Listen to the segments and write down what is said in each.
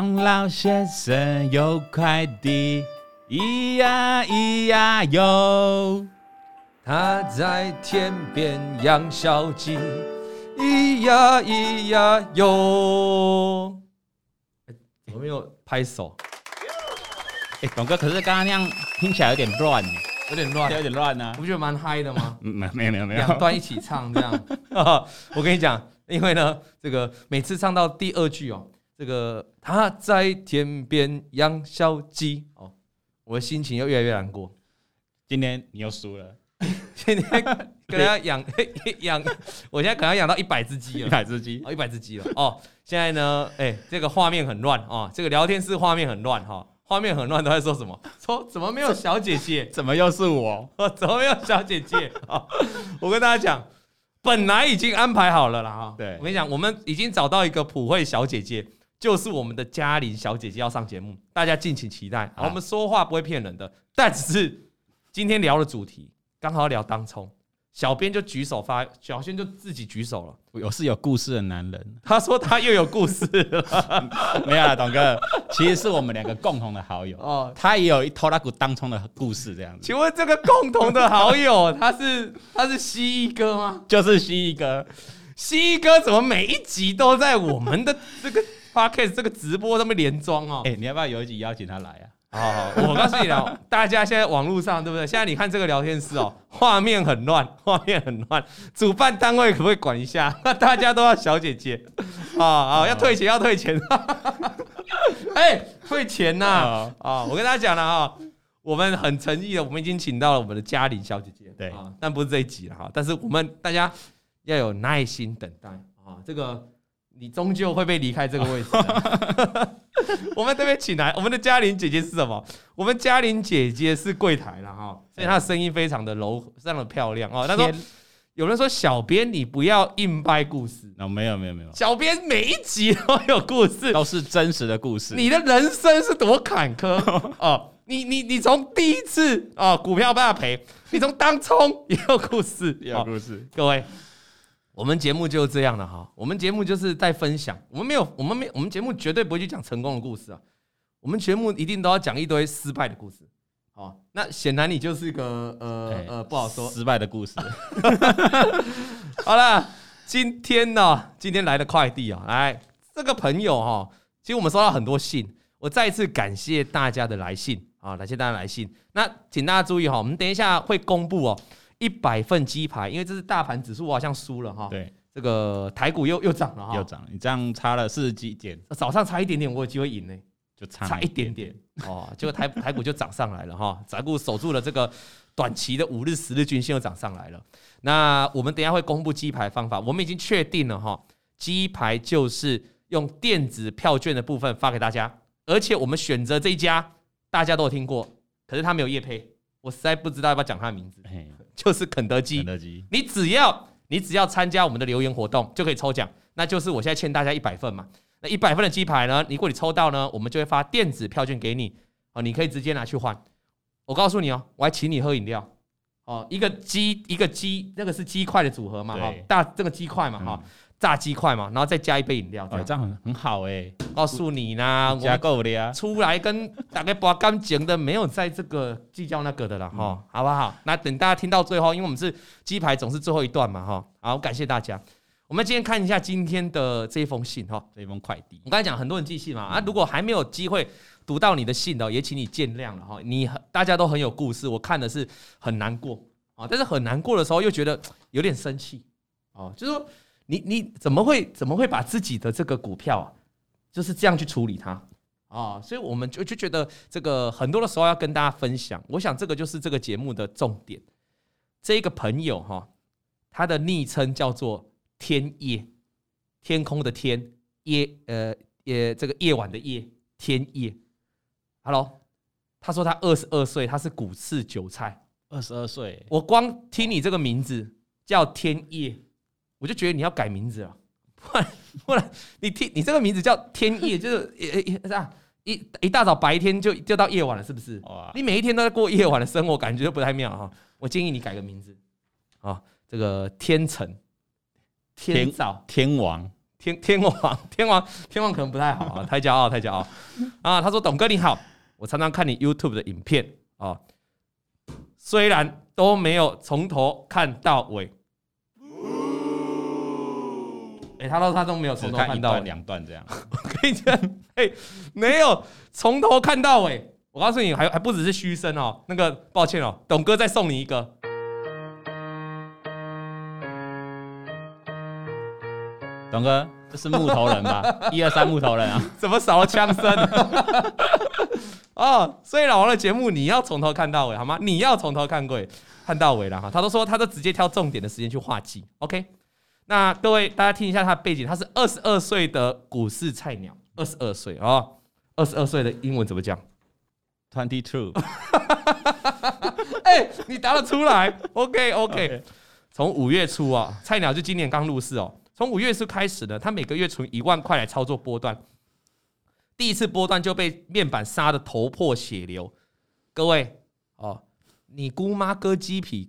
王老先生有快递，咿呀咿呀哟， 他在田边养小鸡，咿呀咿呀哟。我没有拍手， 董哥，可是刚刚那样听起来有点乱， 有点乱， 有点乱啊！ 不觉得蛮嗨的吗？ 没有， 两段一起唱这样。我跟你讲，因为呢，这个每次唱到第二句哦，这个他在田边养小鸡哦，我的心情又越来越难过。 今天你又输了， 今天可能要养，我现在可能要养到100只鸡了 ，100只鸡 ，100只鸡了哦。现在呢，这个画面很乱哦，这个聊天室画面很乱哈。画面很乱，都在说什么？说怎么没有小姐姐？ 怎么又是我？ 怎么没有小姐姐？我跟大家讲，本来已经安排好了啦哈。 对， 我跟你讲，我们已经找到一个普惠小姐姐，就是我们的嘉玲小姐姐要上节目，大家敬请期待。我们说话不会骗人的，但只是今天聊的主题刚好聊当冲。小编就举手小编就自己举手了。 我是有故事的男人。 他说他又有故事了。 没有啦，董哥，其实是我们2个共同的好友哦，他也有偷拉股当冲的故事这样子。 请问这个共同的好友，他是蜥蜴哥吗？ 就是蜥蜴哥。 蜥蜴哥怎么每一集都在我们的这个 podcast 这个直播上面连装哦？ 你要不要有一集邀请他来啊？ 好，我告诉你了，大家现在网络上对不对？现在你看这个聊天室哦，画面很乱，主办单位可不可以管一下？大家都要小姐姐要退钱，退钱，退钱呐！我跟大家讲了啊，我们很诚意的，我们已经请到了我们的嘉玲小姐姐， 对但不是这一集了哈，但是我们大家要有耐心等待啊，这个你终究会被离开这个位置的。我们这边请来我们的嘉玲姐姐是什么？我们嘉玲姐姐是柜台啦哈，所以她的声音非常的柔，非常的漂亮哦。她说，有人说小编你不要硬掰故事， 没有， 小编每一集都有故事， 都是真实的故事。 你的人生是多坎坷哦！你从第一次股票被他赔，你从当冲也有故事， 有故事。 各位。我们节目就这样了哈，我们节目就是在分享，我们节目绝对不会去讲成功的故事啊，我们节目一定都要讲一堆失败的故事。好，那显然你就是一个不好说失败的故事。 好了，今天来的快递来这个朋友其实我们收到很多信，我再一次感谢大家的来信感谢大家来信。那请大家注意我们等一下会公布100份鸡排，因为这是大盘指数，我好像输了哈。 对， 这个台股又涨了哈， 又涨，你这样差了40几点， 早上差一点点，我有机会赢呢， 就差一点点结果台股就涨上来了哈，台股守住了这个短期的5日、10日均线又涨上来了。那我们等一下会公布鸡排方法，我们已经确定了哈，鸡排就是用电子票券的部分发给大家，而且我们选择这一家大家都有听过，可是他没有业配，我实在不知道要不要讲他的名字。就是肯德基，你只要参加我们的留言活动就可以抽奖，那就是我现在欠大家100份嘛。那100份的鸡排呢，如果你抽到呢，我们就会发电子票券给你，你可以直接拿去换。我告诉你我还请你喝饮料，一个鸡，那个是鸡块的组合嘛，这个鸡块嘛，炸鸡块嘛，然后再加一杯饮料， 这样很好告诉你啦， 加够了呀， 出来跟大概把干净的没有在这个计较那个的啦，好不好？那等大家听到最后，因为我们是鸡排总是最后一段嘛，好，感谢大家。我们今天看一下今天的这一封信这一封快递。 我刚才讲很多人寄信嘛，如果还没有机会读到你的信的，也请你见谅了大家都很有故事，我看的是很难过但是很难过的时候又觉得有点生气就是说。你怎么会把自己的这个股票就是这样去处理它所以我们就觉得这个很多的时候要跟大家分享。我想这个就是这个节目的重点。这个朋友他的昵称叫做天夜，天空的天，这个夜晚的夜，天夜。Hello， 他说他22岁，他是股市韭菜。 22岁， 我光听你这个名字叫天夜。我就觉得你要改名字了，不然你这个名字叫天夜，就是一大早白天就到夜晚了，是不是？你每一天都在过夜晚的生活，感觉就不太妙我建议你改个名字这个天成、天早、 天王、 天王可能不太好啊，太骄傲啊。他说董哥你好，我常常看你 YouTube 的影片啊，虽然都没有从头看到尾。他都没有从头看到尾， 两段这样。 我跟你讲，没有从头看到尾。我告诉你，还不只是嘘声哦。那个，抱歉哦，董哥再送你一个。 董哥，这是木头人吧？1、2、3木头人啊？ 怎么少了枪声？哦，所以老王的节目你要从头看到尾好吗？你要从头看到尾了哈。他都说他都直接挑重点的时间去画记。OK。那各位，大家听一下他的背景，他是22岁的股市菜鸟，22岁哦，22岁的英文怎么讲 ？22。 你答得出来 ？OK。从5月初啊，菜鸟就今年刚入市哦，从5月初开始呢，他每个月存1万块来操作波段，第一次波段就被面板杀得头破血流。各位哦。你姑妈割鸡皮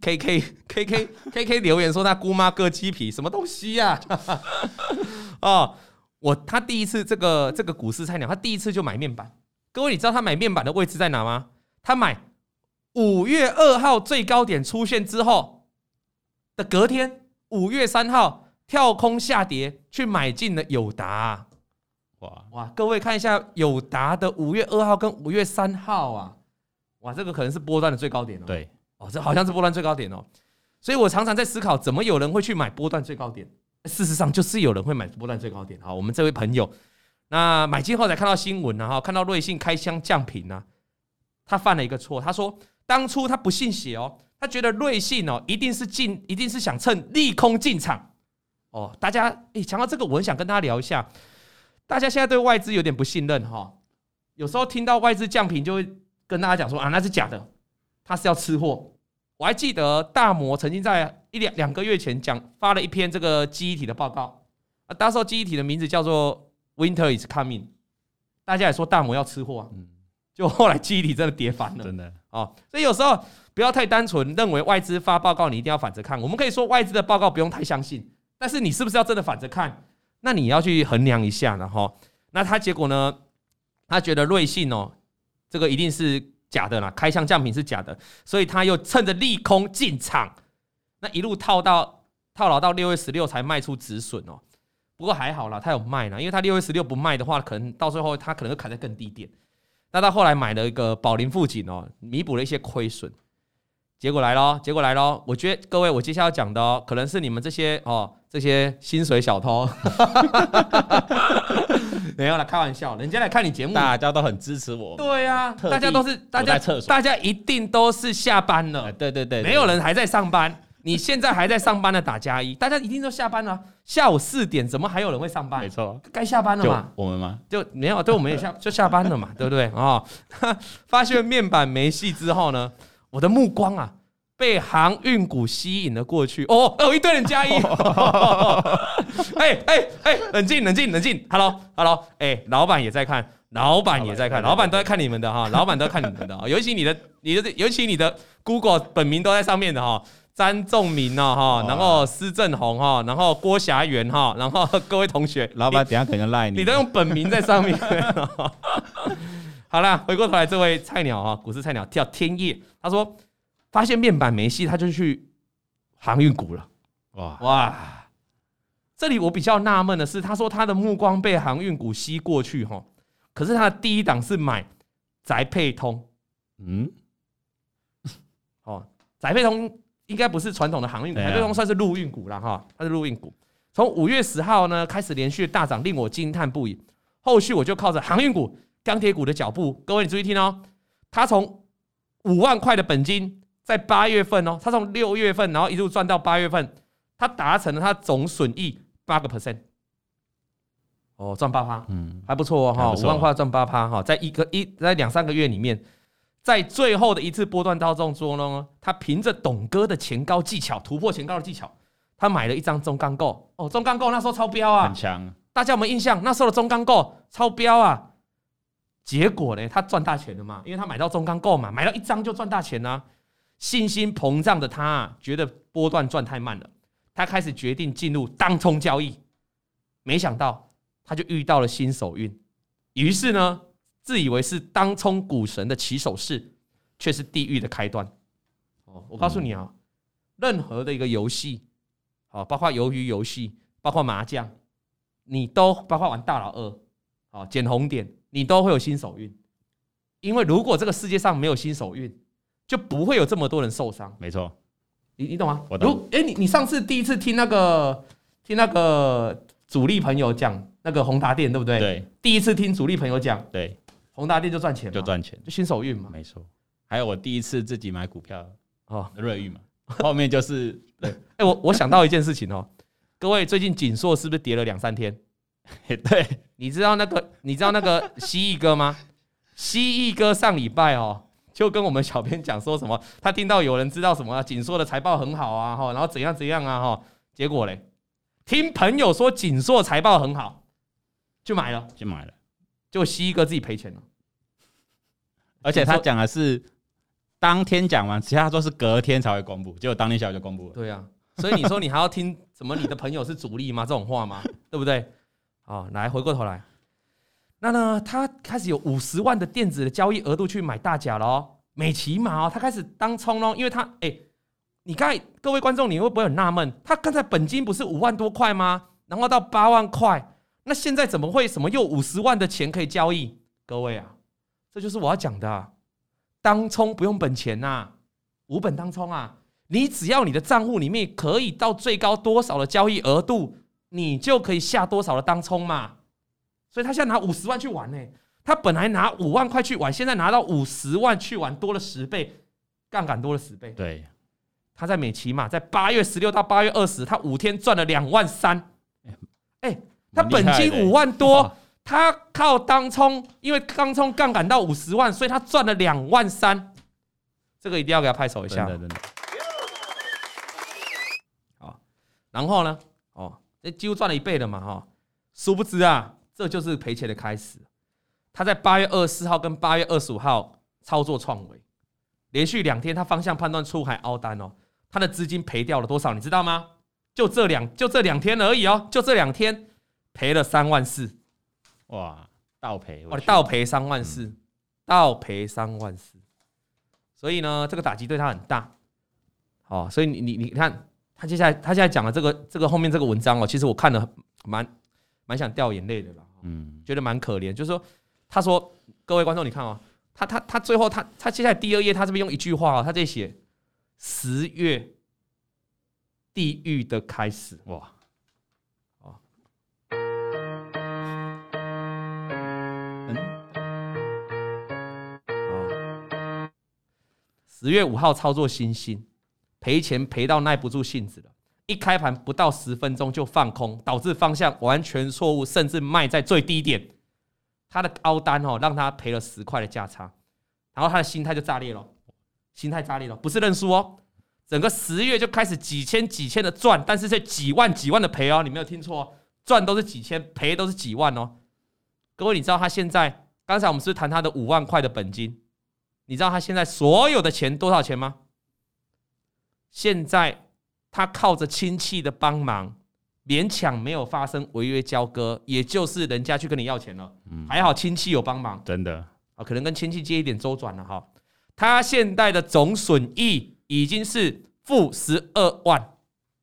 ，KK 留言说他姑妈割鸡皮，什么东西呀、啊？他第一次这个股市菜鸟，他第一次就买面板。各位，你知道他买面板的位置在哪吗？他买5月2号最高点出现之后的隔天，5月3号跳空下跌，去买进了友达。哇，各位看一下友达的5月2号跟5月3号啊。哇，这个可能是波段的最高点哦。 对， 这好像是波段最高点哦。所以我常常在思考，怎么有人会去买波段最高点？事实上，就是有人会买波段最高点。好，我们这位朋友，那买进后才看到新闻啊，看到瑞信开箱降评啊，他犯了一个错。他说，当初他不信邪哦，他觉得瑞信哦一定是想趁利空进场哦。大家讲到这个，我很想跟大家聊一下。大家现在对外资有点不信任哈，有时候听到外资降评就会跟大家讲说啊，那是假的，他是要吃货。我还记得大摩曾经在2个月前发了一篇这个记忆体的报告啊，那时候记忆体的名字叫做 Winter is coming， 大家也说大摩要吃货啊，就后来记忆体真的跌翻了， 真的哦。所以有时候不要太单纯认为外资发报告你一定要反着看，我们可以说外资的报告不用太相信，但是你是不是要真的反着看？那你要去衡量一下了哈。那他结果呢？他觉得瑞信哦。这个一定是假的啦，开箱降评是假的，所以他又趁着利空进场，那一路套牢到6月16才卖出止损哦。不过还好啦，他有卖啦，因为他6月16不卖的话，可能到最后他可能会砍在更低点。那他后来买了一个宝林富锦哦，弥补了一些亏损。结果来咯，我觉得各位，我接下来要讲的哦，可能是你们这些薪水小偷。没有啦，开玩笑，人家来看你节目， 大家都很支持我。 对啊，大家一定都是下班了。 对， 没有人还在上班。你现在还在上班的打+1，大家一定都下班了。下午4点，怎么还有人会上班？ 没错， 该下班了嘛。 就我们吗？ 就没有，对，我们也就下班了嘛，对不对啊？发现面板没戏之后呢，我的目光啊被航运股吸引了过去。哦，有一堆人+1。冷静 ，Hello，老板也在看，老板都在看你们的哈，老板都在看你们的，尤其你的 Google 本名都在上面的哈。詹仲明哈，然后施正宏哈，然后郭霞元哈，然后各位同学， 老板等一下可能赖你， 你都用本名在上面。好啦，回过头来，这位菜鸟啊，股市菜鸟叫天业，他说发现面板没戏，他就去航运股了。哇，这里我比较纳闷的是，他说他的目光被航运股吸过去哈，可是他的第一档是买宅配通，宅配通。应该不是传统的航运股，它这种算是陆运股啦哈，它是陆运股。从5月10号呢开始连续大涨，令我惊叹不已。后续我就靠着航运股、钢铁股的脚步，各位你注意听哦，他从5万块的本金，在8月份哦，他从6月份然后一路赚到8月份，他达成了他总损益8%，哦，赚8%，还不错哦哈，5万块赚8%哈，在2-3个月里面。在最后的一次波段当中呢，他凭着董哥的前高技巧，突破前高的技巧，他买了一张中钢构。哦，中钢构那时候超标啊， 很强。 大家有没有印象？那时候的中钢构超标啊。结果呢，他赚大钱了嘛，因为他买到中钢构嘛，买到一张就赚大钱啊。信心膨胀的他，觉得波段赚太慢了，他开始决定进入当冲交易。 没想到他就遇到了新手运，于是呢，自以为是当冲股神的起手式，却是地狱的开端。我告诉你啊，任何的一个游戏，包括鱿鱼游戏，包括麻将，你都包括玩大老二，捡红点，你都会有新手运。因为如果这个世界上没有新手运，就不会有这么多人受伤。 没错， 你懂吗？ 我懂。 你上次第一次听那个主力朋友讲那个宏达电，对不对？ 对。 第一次听主力朋友讲， 对， 宏达电就赚钱嘛， 就赚钱， 就新手运嘛。 没错。还有我第一次自己买股票，瑞昱嘛，后面就是对。我想到一件事情哦，各位最近锦硕是不是跌了2-3天？ 对， 你知道那个蜥蜴哥吗？蜥蜴哥上礼拜就跟我们小编讲说什么，他听到有人知道什么锦硕的财报很好啊，然后怎样怎样啊，结果嘞，听朋友说锦硕财报很好，就买了，结果蜥蜴哥自己赔钱了， 而且他讲的是当天讲完，其实他说是隔天才会公布，结果当天下午就公布了。 对啊，所以你说你还要听什么？你的朋友是主力吗？这种话吗？对不对？来回过头来。那呢，他开始有50万的电子的交易额度去买大甲了哦，美骑马他开始当冲咯，因为他你刚才各位观众，你会不会很纳闷？他刚才本金不是5万多块吗？然后到8万块，那现在怎么会什么又50万的钱可以交易？各位啊，这就是我要讲的当冲不用本钱无本当冲你只要你的账户里面可以到最高多少的交易额度，你就可以下多少的当冲嘛。所以他现在拿50万去玩他本来拿5万块去玩，现在拿到50万去玩，多了10倍，杠杆多了10倍。 对， 他在美骑马，在8月16到8月20，他5天赚了2万3。他本金5万多，他靠当冲，因为当冲杠杆到50万，所以他赚了2万3。这个一定要给他拍手一下。 真的。 然后呢，几乎赚了1倍了嘛，殊不知这就是赔钱的开始。他在8月24号跟8月25号操作创维，连续2天他方向判断出海凹单他的资金赔掉了多少？你知道吗？就这2天而已就这2天赔了3万4。 哇，倒赔！ 倒赔3万4，倒赔3万4。所以呢，这个打击对他很大。所以你看他现在讲的这个后面这个文章其实我看了蛮想掉眼泪的啦。觉得蛮可怜。就是说，他说各位观众，你看他最后他接下来第2页，他这边用一句话他这里写10月地狱的开始。哇！10月5号操作新兴，赔钱赔到耐不住性子了。一开盘不到10分钟就放空，导致方向完全错误，甚至卖在最低点。他的凹单让他赔了10块的价差，然后他的心态就炸裂了，不是认输整个10月就开始几千的赚，但是这几万的赔你没有听错赚都是几千，赔都是几万各位，你知道他现在刚才我们是不是谈他的5万块的本金？你知道他现在所有的钱多少钱吗？现在他靠着亲戚的帮忙，勉强没有发生违约交割，也就是人家去跟你要钱了。还好亲戚有帮忙， 真的可能跟亲戚借一点周转了他现在的总损益已经是-12万。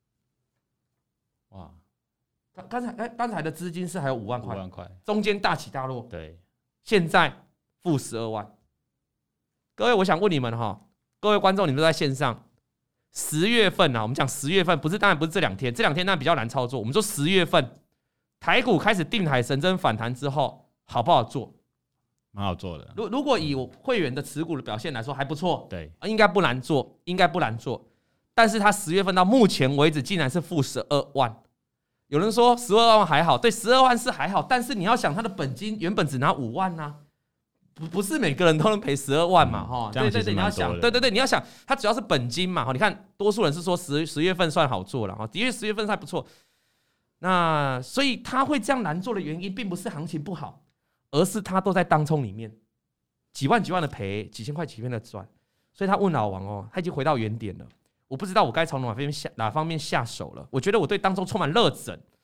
哇！刚才的资金是还有5万块，中间大起大落。 对， 现在-12万。各位，我想问你们各位观众，你们都在线上。10月份我们讲10月份，当然不是这2天，这2天当然比较难操作。我们说10月份台股开始定海神针反弹之后，好不好做？ 蛮好做的。 如果以会员的持股的表现来说，还不错。 对， 应该不难做，但是他10月份到目前为止竟然是-12万。有人说12万还好，对，12万是还好，但是你要想他的本金原本只拿5万不是每个人都能赔12万嘛对，你要想，对，你要想，它主要是本金嘛你看，多数人是说10月份算好做了的确10月份还不错。那所以他会这样难做的原因，并不是行情不好，而是他都在当冲里面，几万的赔，几千块的赚。所以他问老王他已经回到原点了。我不知道我该从哪方面下手了。我觉得我对当冲充满热忱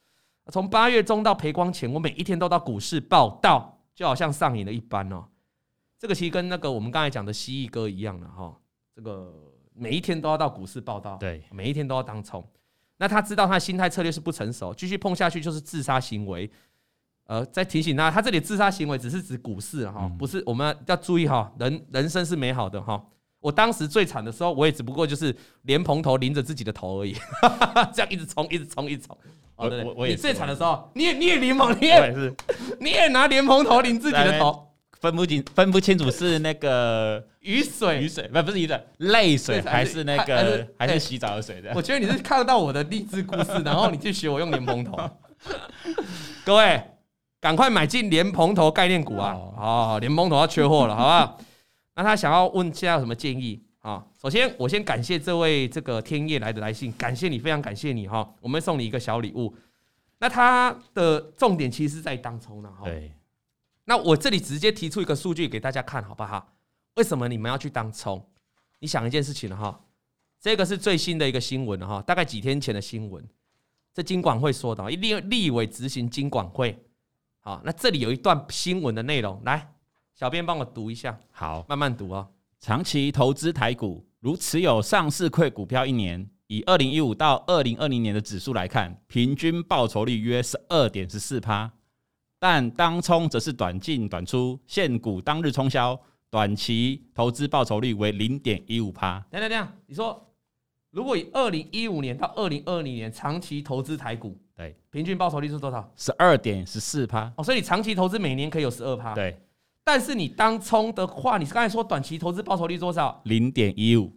从8月中到赔光前，我每一天都到股市报到，就好像上瘾了一般哦。这个其实跟那个我们刚才讲的蜥蜴哥一样的哈，这个每一天都要到股市报到， 对， 每一天都要当冲。那他知道他的心态策略是不成熟，继续碰下去就是自杀行为。再提醒他这里自杀行为只是指股市哈，不是我们要注意哈，人生是美好的哈。我当时最惨的时候，我也只不过就是莲蓬头淋着自己的头而已，这样一直冲，一直冲，一直冲。我你最惨的时候，你也淋蒙，你也拿莲蓬头淋自己的头， 分不清楚是那个雨水， 不是雨水，泪水还是那个还是洗澡的水的。 我觉得你是看到我的励志故事，然后你去学我用莲蓬头。各位，赶快买进莲蓬头概念股啊！哦，莲蓬头要缺货了，好不好？那他想要问现在有什么建议啊？首先，我先感谢这位这个天业来的来信，感谢你，非常感谢你哈！我们会送你一个小礼物。那他的重点其实是在当冲呢， 对。 那我这里直接提出一个数据给大家看，好不好？为什么你们要去当冲？你想一件事情了哈，这个是最新的一个新闻了哈，大概几天前的新闻。这金管会说的，立委执行金管会。好，那这里有一段新闻的内容，来，小编帮我读一下。 好， 慢慢读哦。 长期投资台股，如持有上市柜股票1年，以2015到2020年的指数来看，平均报酬率约 12.14%。但当冲则是短进短出，现股当日冲销，短期投资报酬率为 0.15%。 等等，你说如果以2015年到2020年长期投资台股， 对， 平均报酬率是多少 ？12.14%。 哦，所以你长期投资每年可以有12%。 对， 但是你当冲的话，你刚才说短期投资报酬率多少 ？0.15%。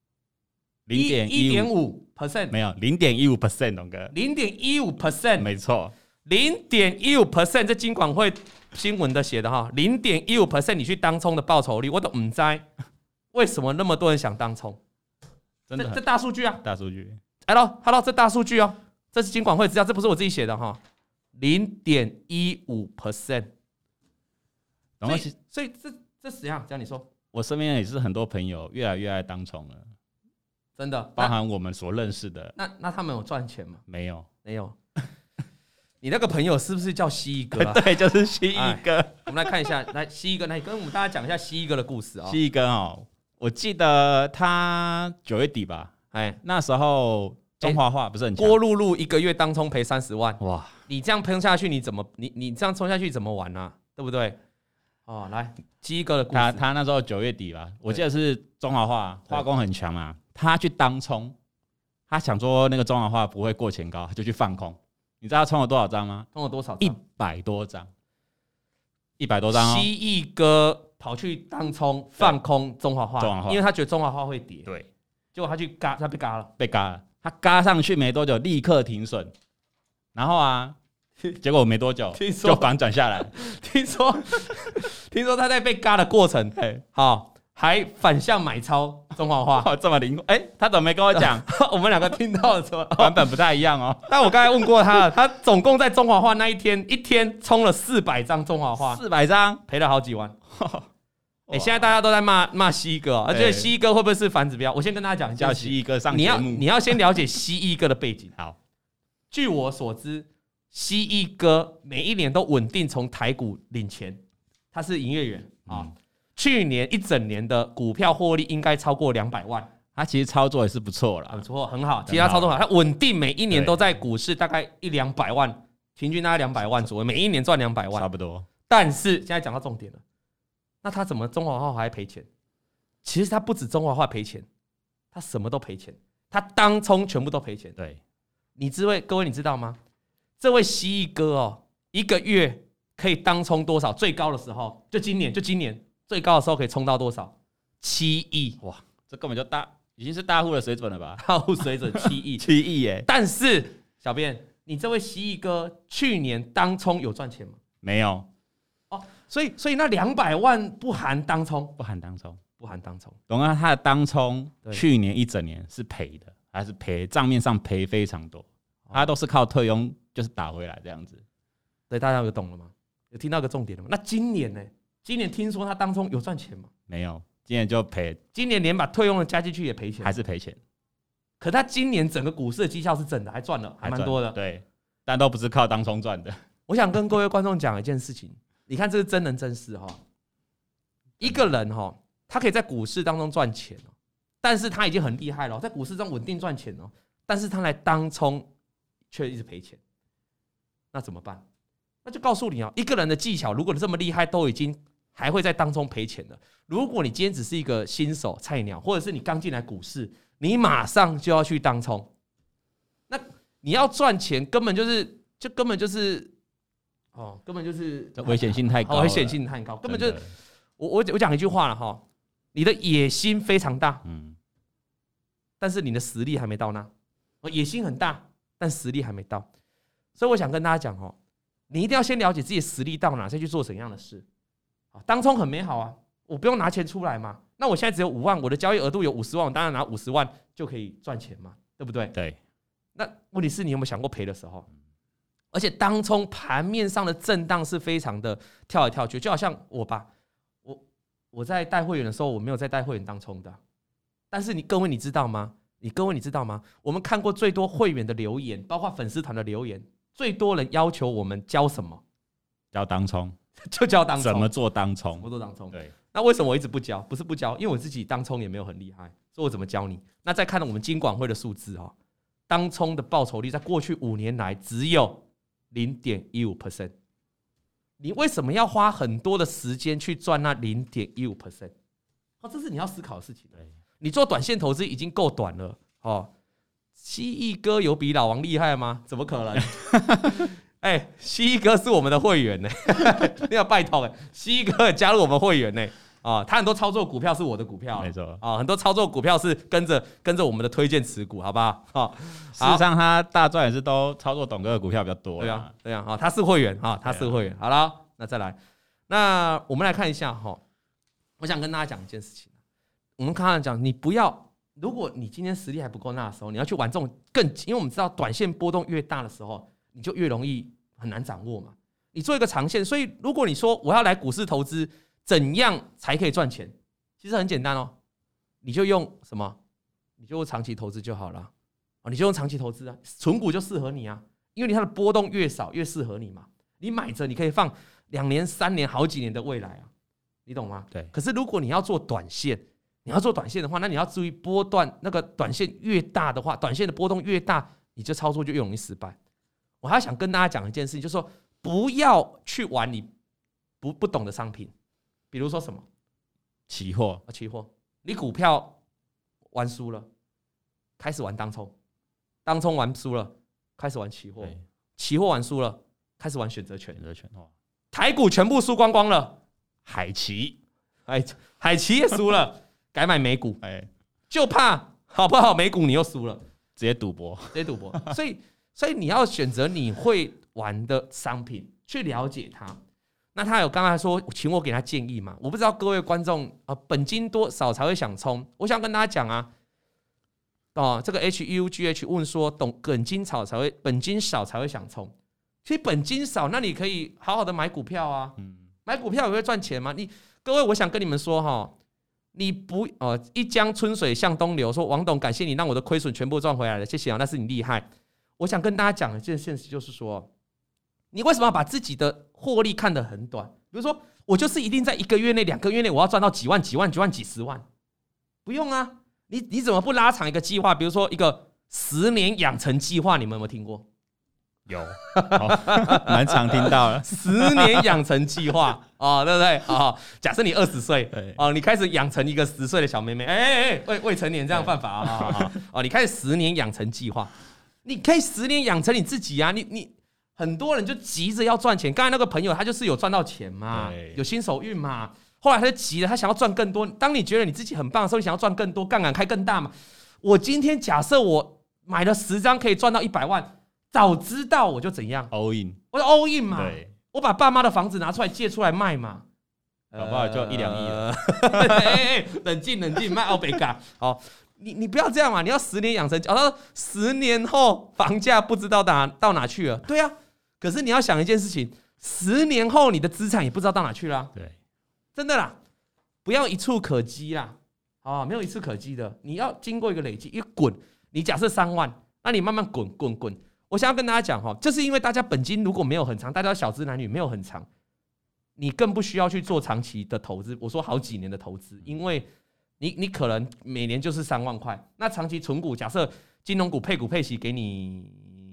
1.5% 没有0.15%，董哥。 0.15%， 没错。 0.15%，这金管会新闻的写的哈，0.15%你去当冲的报酬率，我都唔知为什么那么多人想当冲， 真的这大数据啊， 大数据。 Hello， 这大数据哦，这是金管会资料，这不是我自己写的哈，0.15%。所以这怎样？这样你说， 我身边也是很多朋友越来越爱当冲了， 真的， 包含我们所认识的。 那他们有赚钱吗？ 没有。 你那个朋友是不是叫蜥蜴哥啊？ 对，就是蜥蜴哥。 我们来看一下，来蜥蜴哥，来跟我们大家讲一下蜥蜴哥的故事啊。 蜥蜴哥哦，我记得他9月底吧，那时候中华化不是很强， 郭露露1个月当冲赔30万， 哇！ 你这样喷下去，你这样冲下去怎么玩啊？对不对？哦，来蜥蜴哥的故事， 他那时候9月底吧，我记得是中华化化工很强嘛，他去当冲，他想说那个中华化不会过前高，他就去放空。你知道他冲了多少张吗？ 冲了多少张 ？100多张，100多张哦。 蜥蜴哥跑去当冲放空中华化，因为他觉得中华化会跌。 对， 结果他被嘎了， 他嘎上去没多久立刻停损，然后啊，结果没多久就反转下来。 听说他在被嘎的过程，好。还反向买超中华化， 这么灵活！他怎么没跟我讲？ 我们两个听到的时候版本不太一样哦。 但我刚才问过他了，他总共在中华化那一天冲了400张中华化 ，400张赔了好几万。现在大家都在骂蜥蜴哥，而且蜥蜴哥会不会是反指标？我先跟大家讲一下， 叫蜥蜴哥上节目， 你要先了解蜥蜴哥的背景。 好， 据我所知，蜥蜴哥每一年都稳定从台股领钱，他是营业员啊。去年1整年的股票获利应该超过200万， 他其实操作也是不错啦， 不错，很好。其他操作好，他稳定每一年都在股市大概100-200万，平均大概200万左右，每一年赚200万， 差不多。 但是现在讲到重点了，那他怎么中华化还赔钱？其实他不止中华化赔钱，他什么都赔钱，他当冲全部都赔钱。 对， 各位你知道吗？这位蜥蜴哥哦，1个月可以当冲多少？最高的时候就今年。最高的时候可以冲到多少？7亿！ 哇，这根本就已经是大户的水准了吧？ 大户水准7亿 ，7亿耶！ 但是小编，你这位蜥蜴哥去年当冲有赚钱吗？ 没有哦，所以那200万不含当冲， 不含当冲。 懂啊？他的当冲去年1整年是赔的，还是账面上赔非常多，他都是靠退佣就是打回来这样子。 对，大家有懂了吗？有听到个重点了吗？那今年呢？今年听说他当冲有赚钱吗？ 没有，今年就赔。 今年连把退佣的加进去也赔钱， 还是赔钱。 可他今年整个股市的绩效是正的，还赚了，还蛮多的。 对， 但都不是靠当冲赚的。 我想跟各位观众讲一件事情，你看这是真人真事哈。一个人哈，他可以在股市当中赚钱，但是他已经很厉害了，在股市中稳定赚钱哦，但是他来当冲却一直赔钱，那怎么办？那就告诉你一个人的技巧，如果你这么厉害，都已经还会在当中赔钱了。如果你今天只是一个新手菜鸟，或者是你刚进来股市，你马上就要去当冲，那你要赚钱根本就是危险性太高， 危险性太高，根本就是我讲一句话了哈，你的野心非常大，但是你的实力还没到那。野心很大，但实力还没到，所以我想跟大家讲你一定要先了解自己的实力到哪，再去做怎样的事。当冲很美好啊，我不用拿钱出来嘛。那我现在只有5万，我的交易额度有50万，我当然拿50万就可以赚钱嘛，对不对？ 对。 那问题是你有没有想过赔的时候？而且当冲盘面上的震荡是非常的跳来跳去，就好像我吧，我在带会员的时候，我没有在带会员当冲的，但是各位你知道吗？我们看过最多会员的留言，包括粉丝团的留言，最多人要求我们教什么？ 教当冲， 就教当冲， 怎么做当冲？ 对。那为什么我一直不教？不是不教，因为我自己当冲也没有很厉害，所以我怎么教你？那再看我们金管会的数字当冲的报酬率在过去5年来只有 0.15%。你为什么要花很多的时间去赚那 0.15%？这是你要思考的事情。你做短线投资已经够短了蜥蜴哥有比老王厉害吗？怎么可能？蜥蜴哥是我们的会员呢，你要拜托蜥蜴哥加入我们会员呢他很多操作股票是我的股票， 没错很多操作股票是跟着我们的推荐持股，好不好？ 事实上，他大赚也是都操作董哥的股票比较多。 对啊，他是会员他是会员。好了，那再来，那我们来看一下我想跟大家讲一件事情。我们刚刚讲，你不要，如果你今天实力还不够那的时候，你要去玩这种因为我们知道短线波动越大的时候，你就越容易很难掌握嘛。你做一个长线，所以如果你说我要来股市投资，怎样才可以赚钱？其实很简单你就用什么？你就用长期投资就好了你就用长期投资存股就适合你因为它的波动越少越适合你嘛。你买着你可以放2年、3年、好几年的未来你懂吗？ 对。 可是如果你要做短线的话，那你要注意波段，那个短线越大的话，短线的波动越大，你这操作就越容易失败。我还想跟大家讲一件事情，就是说不要去玩你不懂的商品，比如说什么期货， 你股票玩输了，开始玩当冲，当冲玩输了，开始玩期货，期货玩输了，开始玩选择权，台股全部输光光了，海期也输了。改买美股，就怕好不好？美股你又输了， 直接赌博。 所以你要选择你会玩的商品，去了解它。那他有刚才说，请我给他建议嘛？我不知道各位观众本金多少才会想冲？我想跟大家讲这个 HUGH 问说，本金少才会想冲。其实本金少，那你可以好好的买股票买股票也会赚钱吗？各位，我想跟你们说你不一江春水向东流，说王董感谢你让我的亏损全部赚回来了，谢谢那是你厉害。我想跟大家讲一件现实，就是说你为什么要把自己的获利看得很短？比如说我就是一定在1个月内、2个月内我要赚到几万、几十万，不用你怎么不拉长一个计划？比如说一个10年养成计划，你们有没有听过？ 有，蛮常听到了。 10年养成计划对不对？假设你20岁你开始养成一个10岁的小妹妹，未成年这样犯法你开始10年养成计划，你可以10年养成你自己你很多人就急着要赚钱。刚才那个朋友他就是有赚到钱嘛，有新手运嘛，后来他就急了，他想要赚更多。当你觉得你自己很棒的时候，你想要赚更多，杠杆开更大嘛。我今天假设我买了10张可以赚到100万。早知道我就怎样 all in， 我就 all in 嘛，我把爸妈的房子拿出来借出来卖嘛， 搞不好就1-2亿了。 冷静，卖奥北嘎。你不要这样嘛，你要10年养成。10年后房价不知道到哪去了，对可是你要想一件事情，10年后你的资产也不知道到哪去了。 对， 真的啦，不要一触可及啦，没有一触可及的，你要经过一个累积，一滚。你假设3万，那你慢慢滚。 我想要跟大家讲哈，就是因为大家本金如果没有很长，大家小资男女没有很长，你更不需要去做长期的投资。我说好几年的投资，因为你可能每年就是3万块，那长期存股，假设金融股配股配息给你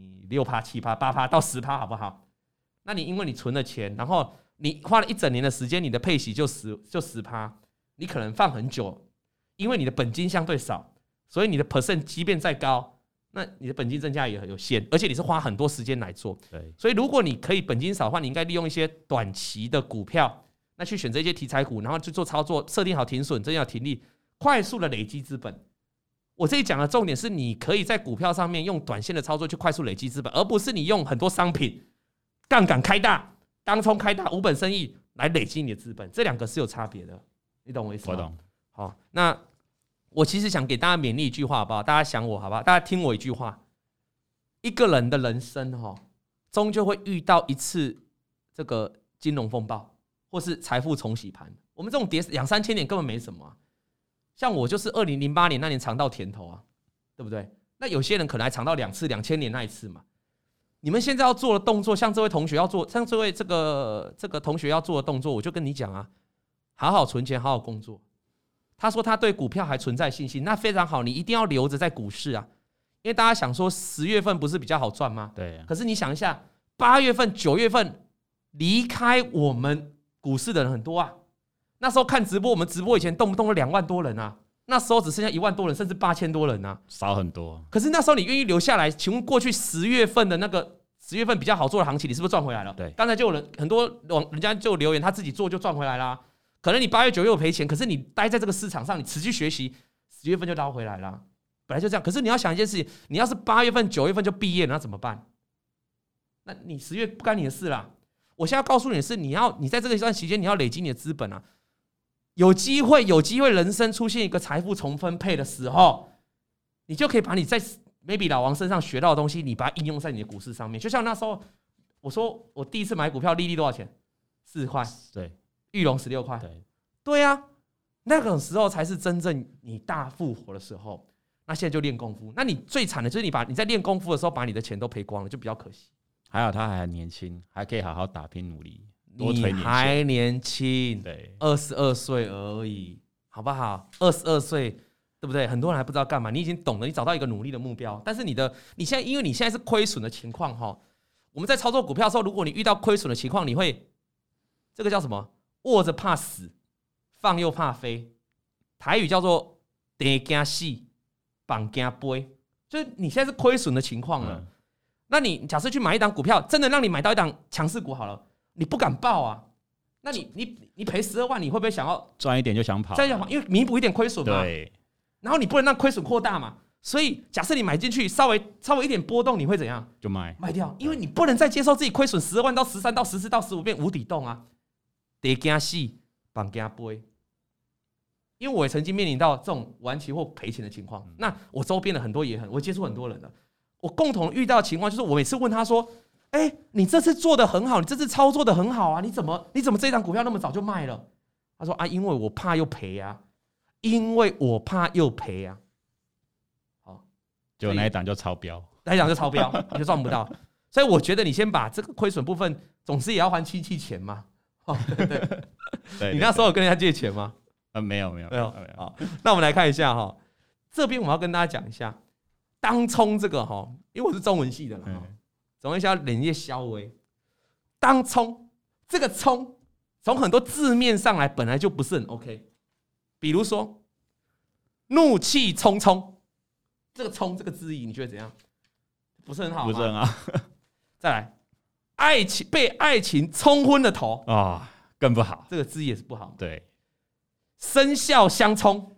6%、7%、8%到10%，好不好？那你因为你存了钱，然后你花了1整年的时间，你的配息就10%，你可能放很久，因为你的本金相对少，所以你的 percent 即便再高。那你的本金增加也很有限，而且你是花很多时间来做， 对， 所以如果你可以本金少的话，你应该利用一些短期的股票，那去选择一些题材股，然后去做操作，设定好停损，增加停利，快速的累积资本。我这里讲的重点是，你可以在股票上面用短线的操作去快速累积资本，而不是你用很多商品杠杆开大、当冲开大、无本生意来累积你的资本，这2个是有差别的，你懂我意思吗？ 我懂。 好，那我其实想给大家勉励一句话，好不好？大家想我好不好？大家听我一句话：一个人的人生终究会遇到一次这个金融风暴，或是财富重洗盘。我们这种跌2-3千点根本没什么像我就是2008年那年尝到甜头啊，对不对？那有些人可能还尝到2次，2000年那一次嘛。你们现在要做的动作，像这位同学要做，像这位这个同学要做的动作，我就跟你讲啊，好好存钱，好好工作。他说他对股票还存在信心，那非常好，你一定要留着在股市啊，因为大家想说10月份不是比较好赚吗？ 对。 可是你想一下，8月份、9月份离开我们股市的人很多啊。那时候看直播，我们直播以前动不动2万多人啊，那时候只剩下1万多人，甚至8000多人啊， 少很多。 可是那时候你愿意留下来，请问过去10月份的那个10月份比较好做的行情，你是不是赚回来了？ 对。 刚才就有人很多人家就留言，他自己做就赚回来啦。可能你8月、9月有赔钱，可是你待在这个市场上，你持续学习，10月份就捞回来了，本来就这样。可是你要想一件事情，你要是8月份、9月份就毕业了，那怎么办？那你10月不干你的事啦。我现在要告诉你的是，你在这个一段期间，你要累积你的资本啊。有机会，人生出现一个财富重分配的时候，你就可以把你在 maybe 老王身上学到的东西，你把它应用在你的股市上面。就像那时候，我说我第一次买股票，利率多少钱？4块。 对。 玉龙16块，对啊，那个时候才是真正你大复活的时候。那现在就练功夫，那你最惨的就是你在练功夫的时候把你的钱都赔光了，就比较可惜。 还好他还很年轻，还可以好好打拼努力，多存点钱。 你还年轻， 对 ，22岁而已，好不好？22岁，对不对？很多人还不知道干嘛，你已经懂了，你找到一个努力的目标。但是你现在因为你现在是亏损的情况我们在操作股票的时候，如果你遇到亏损的情况，你会这个叫什么？握着怕死，放又怕飞，台语叫做“跌惊死，绑惊飞”，就是你现在是亏损的情况了。那你假设去买一档股票，真的让你买到一档强势股好了，你不敢报啊？那你赔12万，你会不会想要赚一点就想跑？ 因为弥补一点亏损嘛。 对。 然后你不能让亏损扩大嘛，所以假设你买进去稍微一点波动，你会怎样？ 就卖掉，因为你不能再接受自己亏损12万到13到14到15变无底洞啊。跌惊死，绑惊飞。因为我也曾经面临到这种玩期或赔钱的情况，那我周边的很多我接触很多人的，我共同遇到的情况就是，我每次问他说：“你这次做的很好，你这次操作的很好啊，你怎么这张股票那么早就卖了？”他说：“啊，因为我怕又赔啊，因为我怕又赔啊。”好， 就那一档就超标， 你就赚不到。所以我觉得你先把这个亏损部分，总是也要还亲戚钱嘛。对，你那时候有跟人家借钱吗？ 没有。 好，那我们来看一下这边我们要跟大家讲一下当冲这个因为我是中文系的了总会要冷业消微。当冲这个冲，从很多字面上来本来就不是很 OK。比如说怒气冲冲，这个冲这个字义，你觉得怎样？不是很好吗？ 不是很好。 再来。被爱情冲昏了头更不好， 这个字也是不好。 对， 生肖相冲，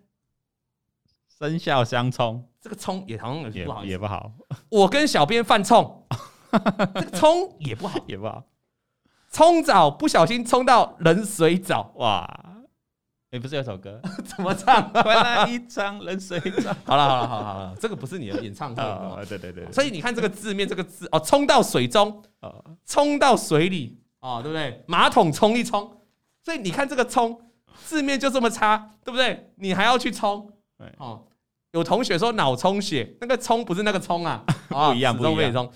这个冲也好像也不好。 我跟小编犯冲，这个冲也不好，冲澡不小心冲到冷水澡， 哇！不是有首歌怎么唱？ 回来一场冷水澡。 好了，这个不是你的演唱会对。 所以你看这个字面，这个字冲到水中，冲到水里对不对？马桶冲一冲，所以你看这个冲字面就这么差，对不对？你还要去冲有同学说脑充血，那个冲不是那个冲啊， 不一样。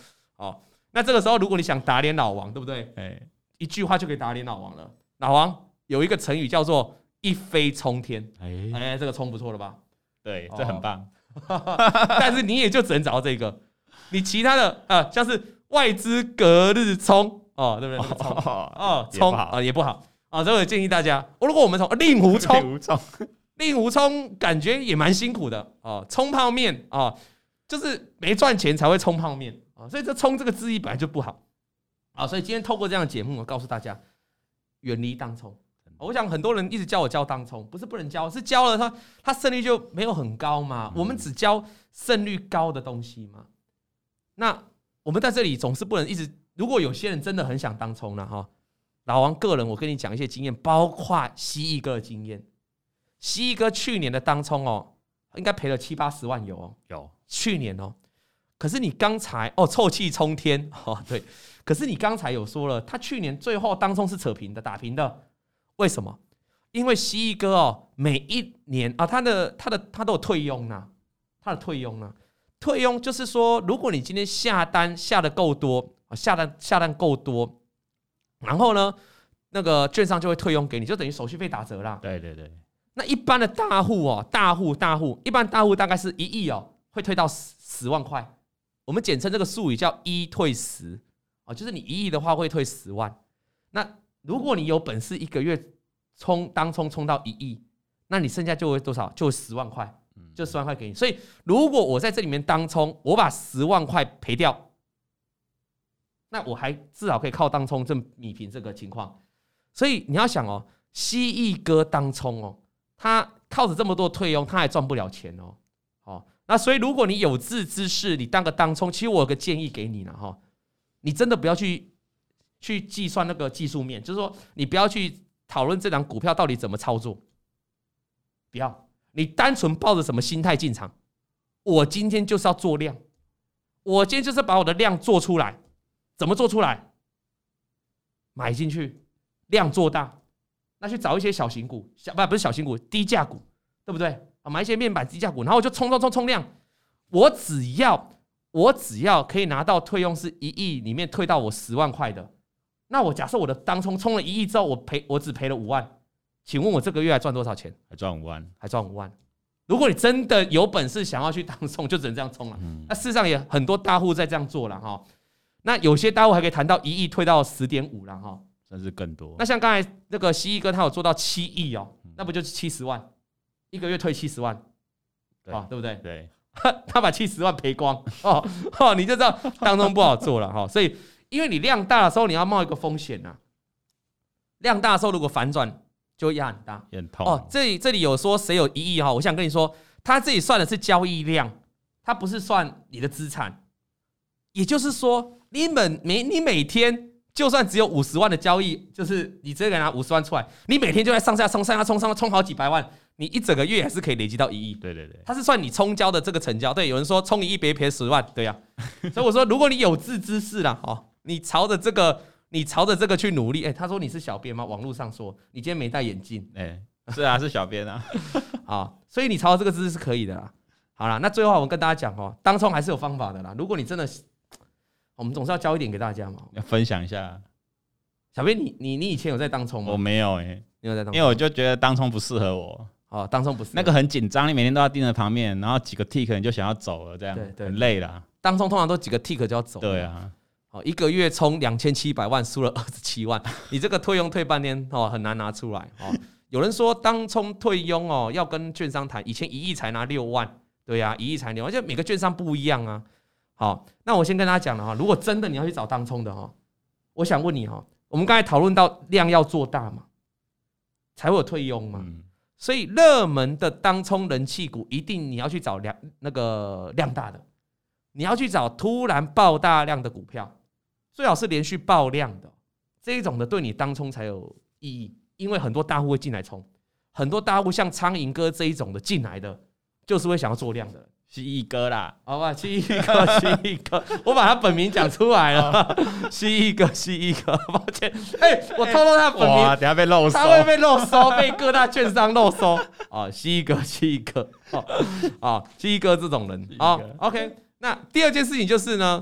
哦。那这个时候，如果你想打脸老王，对不对？一句话就可以打脸老王了。老王有一个成语叫做一飞冲天，这个冲不错了吧？ 对，这很棒。 但是你也就只能找到这个，你其他的像是外资隔日冲对不对？冲也不好所以我建议大家，如果我们从令狐冲，令狐冲感觉也蛮辛苦的冲泡面就是没赚钱才会冲泡面所以这冲这个字义本来就不好所以今天透过这样的节目，我告诉大家远离当冲。我想很多人一直教我教当冲，不是不能教，是教了他胜率就没有很高嘛。我们只教胜率高的东西嘛。那我们在这里总是不能一直，如果有些人真的很想当冲了老王个人我跟你讲一些经验，包括蜥蜴哥的经验。蜥蜴哥去年的当冲应该赔了70-80万有去年可是你刚才臭气冲天对，可是你刚才有说了，他去年最后当冲是扯平的，打平的。为什么？因为蜥蜴哥每一年他都有退佣呢，退佣就是说，如果你今天下单下的够多，下单够多，然后呢，那个券商就会退佣给你，就等于手续费打折啦。 对对对。 那一般的大户一般大户大概是1亿会退到10万块，我们简称这个术语叫1退10就是你1亿的话会退10万。那如果你有本事一个月当冲冲到1亿，那你剩下就会多少？就会10万块，就10万块给你。所以如果我在这里面当冲，我把10万块赔掉，那我还至少可以靠当冲这弭平这个情况。所以你要想蜥蜴哥当冲他靠着这么多退佣，他还赚不了钱那所以如果你有志之士，你当个当冲，其实我有个建议给你了你真的不要去计算那个技术面，就是说你不要去讨论这档股票到底怎么操作，不要，你单纯抱着什么心态进场？我今天就是要做量，我今天就是把我的量做出来，怎么做出来？买进去，量做大，那去找一些小型股，不是小型股，低价股，对不对？买一些面板低价股，然后我就冲量，我只要可以拿到退佣是1亿里面退到我10万块的。那我假设我的当冲了1亿之后，我只赔了5万，请问我这个月还赚多少钱？ 还赚5万。 如果你真的有本事想要去当冲，就只能这样冲了。那事实上也很多大户在这样做了那有些大户还可以谈到1亿退到10.5了甚至更多。 那像刚才那个蜥蜴哥，他有做到7亿那不就是70万，一个月退70万，对不对？ 对， 他把70万赔光你就知道当冲不好做了所以。因为你量大的时候，你要冒一个风险量大的时候，如果反转，就会压很大， 也很痛这里有说谁有1亿我想跟你说，他这里算的是交易量，他不是算你的资产。也就是说，你每天就算只有50万的交易，就是你直接给他50万出来，你每天就在上下冲好几百万，你一整个月还是可以累积到1亿。 对对对， 它是算你冲交的这个成交。对，有人说冲1亿别赔10万，对所以我说，如果你有志之士啦你朝着这个去努力。他说你是小编吗？网络上说你今天没戴眼镜。 是啊，是小编所以你朝着这个姿势是可以的啦。好啦，那最后我们跟大家讲当冲还是有方法的啦。如果你真的，我们总是要教一点给大家嘛， 要分享一下。 小编，你以前有在当冲吗？ 我没有你有在当冲？ 因为我就觉得当冲不适合我。 当冲不适合， 那个很紧张，你每天都要盯着盘面，然后几个 tick 你就想要走了，这样对很累啦。 当冲通常都几个 tick 就要走。 对啊。 一个月冲2700万，输了27万，你这个退佣退半天很难拿出来有人说当冲退佣要跟券商谈，以前1亿才拿6万，对啊，1亿才6万，而且每个券商不一样啊。好，那我先跟大家讲了如果真的你要去找当冲的我想问你我们刚才讨论到量要做大嘛，才会有退佣嘛。所以热门的当冲人气股，一定你要去找那个量大的，你要去找突然爆大量的股票。最好是连续爆量的这一种的，对你当冲才有意义。因为很多大户会进来冲，很多大户像苍蝇哥这一种的进来的，就是会想要做量的。 蜥蜴哥啦， 好吧，蜥蜴哥，我把他本名讲出来了，蜥蜴哥，抱歉，我透露他的本名， 等下被漏收， 他会被漏收，被各大券商漏收蜥蜴哥，蜥蜴哥这种人OK， 那第二件事情就是呢。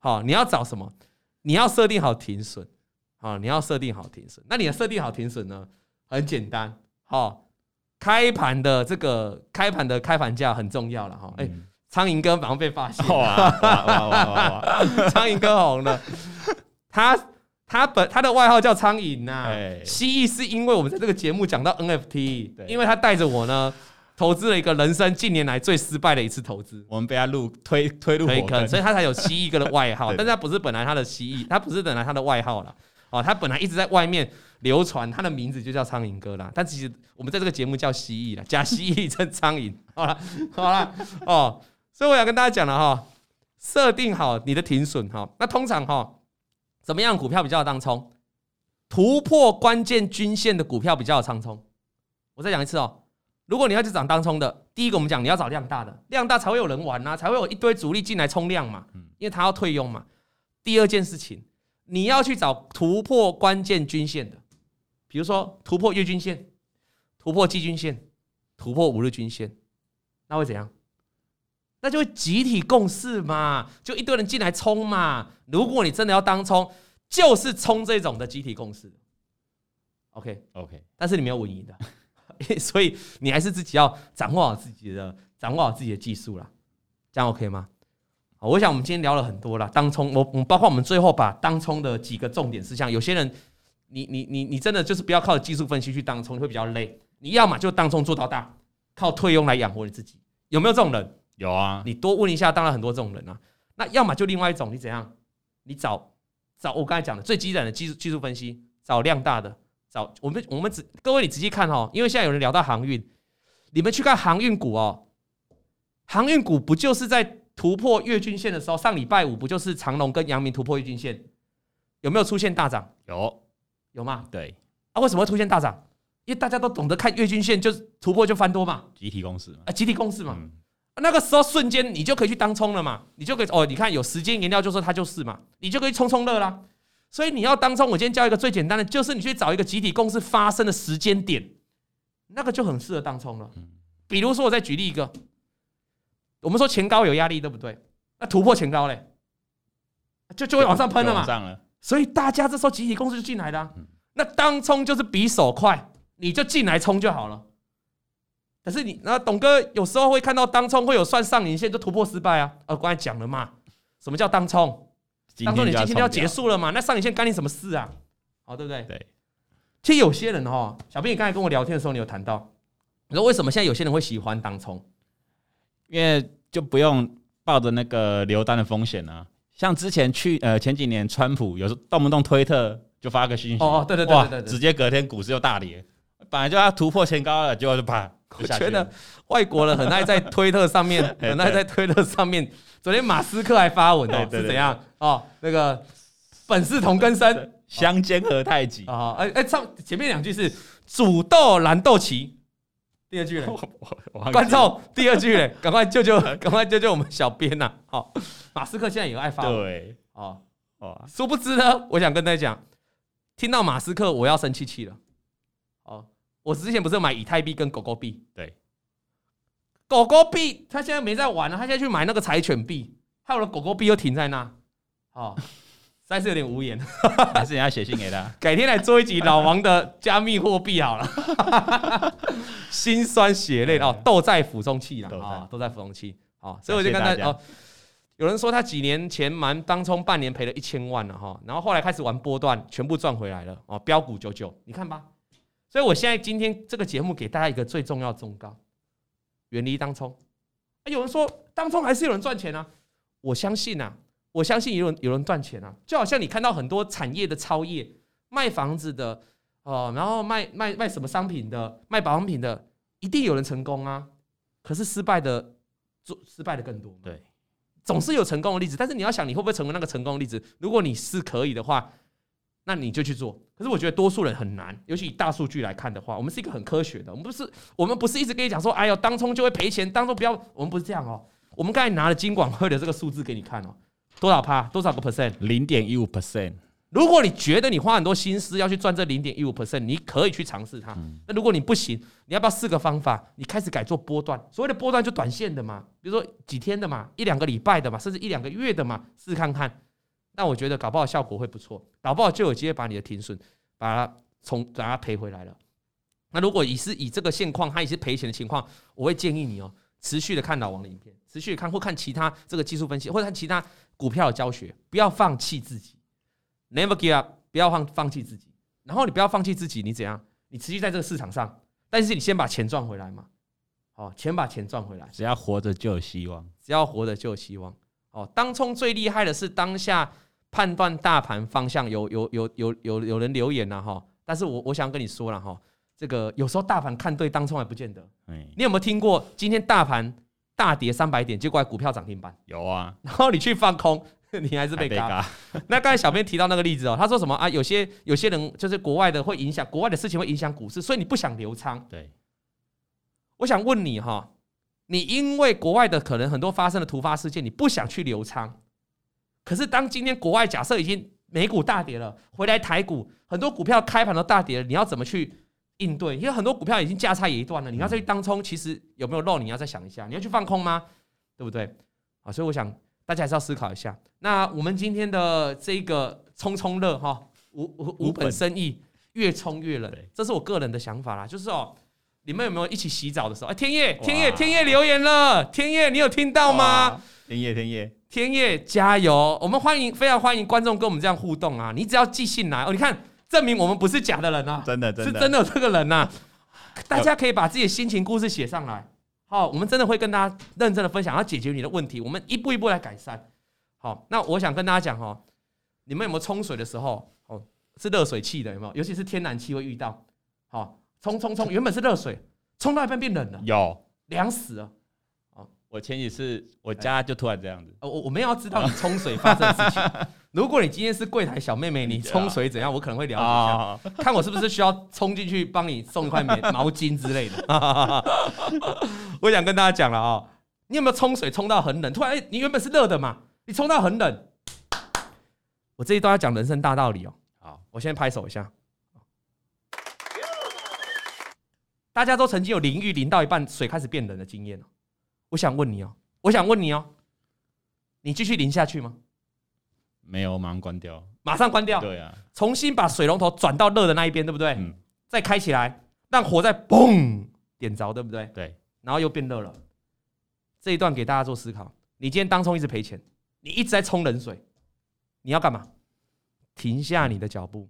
好，你要找什么？你要设定好停损，好，你要设定好停损。那你要设定好停损呢？很简单，好，开盘的开盘价很重要了哈。苍蝇哥马上被发现， 哇， 苍蝇哥红了。他的外号叫苍蝇呐，蜥蜴是因为我们在这个节目讲到 NFT， 因为他带着我呢。投资了一个人生近年来最失败的一次投资， 我们被他推入火坑， 所以他才有蜥蜴哥的外号。但是他不是本来他的蜥蜴，他不是本来他的外号啦。哦，他本来一直在外面流传，他的名字就叫苍蝇哥啦。但其实我们在这个节目叫蜥蜴啦，假蜥蜴称苍蝇。好了哦，所以我要跟大家讲了哈，设定好你的停损哈。那通常哈，怎么样股票比较有当冲？突破关键均线的股票比较有长冲。我再讲一次哦。如果你要去找当冲的，第一个我们讲你要找量大的，量大才会有人玩啊，才会有一堆主力进来冲量嘛，因为他要退佣嘛。第二件事情，你要去找突破关键均线的，比如说突破月均线、突破季均线、突破5日均线，那会怎样？那就会集体共识嘛，就一堆人进来冲嘛。如果你真的要当冲，就是冲这种的集体共识。OK， 但是你没有稳赢的。所以你还是自己要掌握好自己的技术啦，这样 OK 吗？好，我想我们今天聊了很多啦，当冲，包括我们最后把当冲的几个重点事项，有些人你真的就是不要靠技术分析去当冲，会比较累。你要么就当冲做到大，靠退佣来养活你自己，有没有这种人？ 有啊，你多问一下，当然很多这种人啊。那要么就另外一种，你怎样？你找我刚才讲的最基本的技术分析，找量大的。各位你仔细看哦，因为现在有人聊到航运，你们去看航运股哦，航运股不就是在突破月均线的时候，上礼拜五不就是长荣跟阳明突破月均线，有没有出现大涨？有吗？ 对啊，为什么会出现大涨？因为大家都懂得看月均线，就是突破就翻多嘛， 集体共识嘛， 那个时候瞬间你就可以去当冲了嘛，你就可以你看有时间研料就说它就是嘛，你就可以冲热啦。所以你要当冲，我今天教一个最简单的，就是你去找一个集体共识发生的时间点，那个就很适合当冲了。比如说，我再举例一个，我们说前高有压力，对不对？那突破前高嘞，就会往上喷了嘛。所以大家这时候集体共识就进来了。那当冲就是比手快，你就进来冲就好了。可是那董哥有时候会看到当冲会有算上影线就突破失败啊。刚才讲了嘛，什么叫当冲？当中你今天就要结束了嘛？那上影线干你什么事啊？好，对不对？ 对。 其实有些人小编你刚才跟我聊天的时候，你有谈到，你说为什么现在有些人会喜欢当冲？ 因为就不用抱着那个留单的风险啊。像之前前几年，川普有时候动不动推特就发个讯息， 对， 直接隔天股市又大跌，本来就要突破前高了，结果就啪。 我觉得外国人很爱在推特上面，昨天马斯克还发文是怎样？那个本是同根生， 相煎何太急前面2句是煮豆燃豆萁，第2句呢？观众第2句嘞，赶快救救我们小编呐！马斯克现在也爱发文， 对殊不知呢，我想跟大家讲，听到马斯克我要生气了。我之前不是有买以太币跟狗狗币？ 对， 狗狗币他现在没在玩了，他现在去买那个柴犬币，还有的狗狗币又停在那，实在是有点无言。 还是你要写信给他？ 改天来做一集老王的加密货币好了，心酸血泪斗在釜中泣啦，都在釜中泣。所以我就跟他有人说他几年前当冲半年赔了1000万了然后后来开始玩波段，全部赚回来了标股99，你看吧。所以我现在今天这个节目给大家一个最重要的忠告：远离当冲。有人说当冲还是有人赚钱啊，我相信有人赚钱啊。就好像你看到很多产业的超业，卖房子的然后卖什么商品的，卖保养品的，一定有人成功啊。可是失败的更多。 对， 总是有成功的例子，但是你要想你会不会成为那个成功的例子。如果你是可以的话，那你就去做。可是我觉得多数人很难，尤其以大数据来看的话，我们是一个很科学的，我们不是一直跟你讲说，哎呦，当冲就会赔钱，当冲不要，我们不是这样我们刚才拿了金管会的这个数字给你看多少趴，多少个 percent？0.15%。 如果你觉得你花很多心思要去赚这 0.15%， 你可以去尝试它。那如果你不行，你要不要4个方法？你开始改做波段，所谓的波段就短线的嘛，比如说几天的嘛，1-2个礼拜的嘛，甚至1-2个月的嘛，试试看看。 但我觉得搞不好效果会不错，搞不好就有机会把你的停损把它赔回来了。那如果以这个现况，它也是赔钱的情况，我会建议你持续的看老王的影片，持续的看或看其他这个技术分析，或者看其他股票的教学，不要放弃自己 ，never give up， 不要放弃自己。然后你不要放弃自己，你怎样？你持续在这个市场上，但是你先把钱赚回来嘛。先把钱赚回来， 只要活着就有希望， 只要活着就有希望。当冲最厉害的是当下判断大盘方向，有人留言了哈，但是我想跟你说了哈，这个有时候大盘看对，当冲还不见得。你有没有听过今天大盘大跌300点，结果股票涨停板？ 有啊， 然后你去放空，你还是被嘎。那刚才小编提到那个例子他说什么啊？有些人就是国外的会影响，国外的事情会影响股市，所以你不想留仓。 对。 我想问你你因为国外的可能很多发生的突发事件，你不想去留仓，可是当今天国外假设已经美股大跌了，回来台股很多股票开盘都大跌了，你要怎么去应对？因为很多股票已经价差也一段了，你要再去当冲，其实有没有漏，你要再想一下，你要去放空吗？对不对？所以我想大家还是要思考一下。那我们今天的这个冲热无本生意，越冲越冷，这是我个人的想法啦，就是你们有没有一起洗澡的时候？天叶留言了，天叶你有听到吗？天叶加油！我们非常欢迎观众跟我们这样互动啊！你只要寄信来你看证明我们不是假的人啊， 真的是真的有这个人啊！大家可以把自己的心情故事写上来，我们真的会跟大家认真的分享，要解决你的问题，我们一步一步来改善。那我想跟大家讲你们有没有冲水的时候是热水器的有没有？尤其是天然气会遇到冲，原本是热水，冲到一半变冷了， 有凉死了。 我前几次我家就突然这样子。 我们要知道你冲水发生的事情。如果你今天是柜台小妹妹，你冲水怎样，我可能会了解一下，看我是不是需要冲进去帮你送一块毛巾之类的。我想跟大家讲了你有没有冲水冲到很冷？突然你原本是热的嘛，你冲到很冷。我这一段要讲人生大道理好，我先拍手一下。大家都曾经有淋浴淋到一半水开始变冷的经验我想问你你继续淋下去吗？ 没有，马上关掉。 马上关掉。 对啊， 重新把水龙头转到热的那一边，对不对？再开起来，让火再嘣点着，对不对？ 对。 然后又变热了。这一段给大家做思考。你今天当冲一直赔钱，你一直在冲冷水，你要干嘛？停下你的脚步，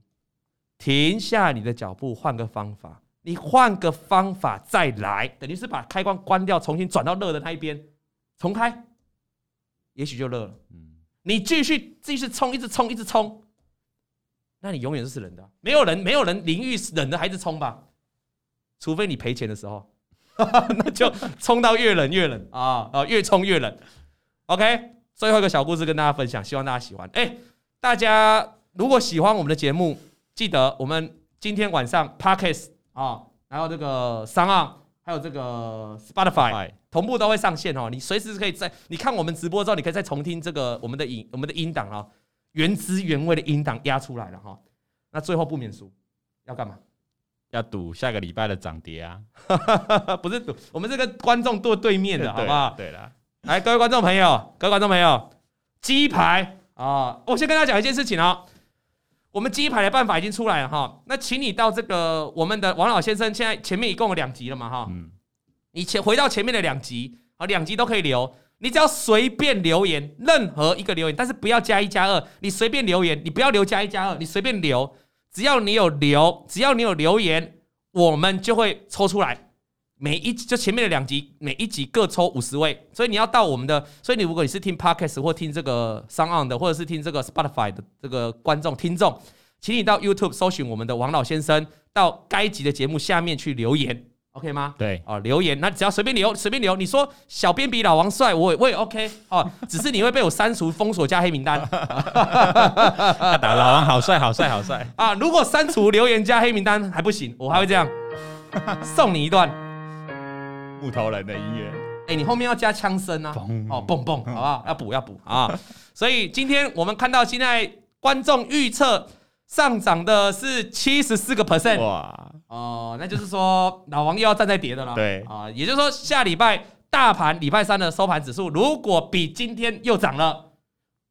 换个方法。你换个方法再来，等于是把开关关掉，重新转到热的那一边，重开，也许就热了。你继续冲，一直冲，那你永远是冷的。没有人淋浴冷的还是冲吧，除非你赔钱的时候，那就冲到越冷越冷越冲越冷。OK， 最后一个小故事跟大家分享，希望大家喜欢。大家如果喜欢我们的节目，记得我们今天晚上 Podcast。然后这个SoundOn还有这个 Spotify 同步都会上线你随时可以你看我们直播之后，你可以再重听这个我们的音档原汁原味的音档压出来了那最后不免俗，要干嘛？ 要赌下个礼拜的涨跌啊！ 不是赌，我们这个观众对面的好不好？ 对啦， 来各位观众朋友，鸡排我先跟大家讲一件事情我们鸡排的办法已经出来了那请你到这个我们的王老先生，现在前面一共有2集了嘛你回到前面的2集2集都可以留，你只要随便留言任何一个留言，但是不要加1加2，你随便留言，你不要留加1加2，你随便留，只要你有留言，我们就会抽出来。就前面的2集，每一集各抽50位，所以你要到我们的，所以如果你是听 Podcast 或听这个 SoundOn 的，或者是听这个 Spotify 的这个听众，请你到 YouTube 搜寻我们的王老先生，到该集的节目下面去留言 ，OK 吗？ 对留言，那只要随便留，你说小编比老王帅，我也 OK 只是你会被我删除、封锁加黑名单。 打老王好帅如果删除留言加黑名单还不行，我还会这样送你一段。 木头人的音乐， 你后面要加枪声蹦蹦，好不好？要补所以今天我们看到现在观众预测上涨的是74%，哇！那就是说老王又要站在跌的了， 对也就是说下礼拜大盘礼拜3的收盘指数如果比今天又涨了，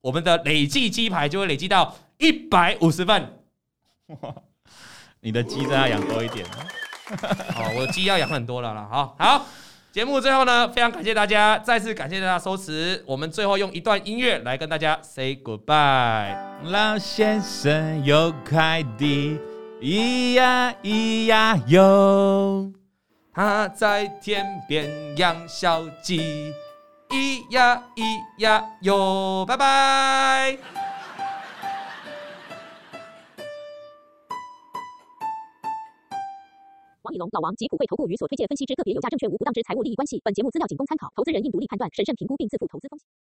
我们的累计鸡排就会累积到150份。 你的鸡真的要养多一点。 好，我的鸡要养很多了啦。好，节目最后呢，非常感谢大家，再次感谢大家收持。我们最后用一段音乐来跟大家 say goodbye。 老先生有快递，咿呀咿呀哟， 他在田边养小鸡，咿呀咿呀哟，拜拜。 王以龙、老王及普惠投顾与所推介分析之个别有价证券无不当之财务利益关系。本节目资料仅供参考，投资人应独立判断、审慎评估并自负投资风险。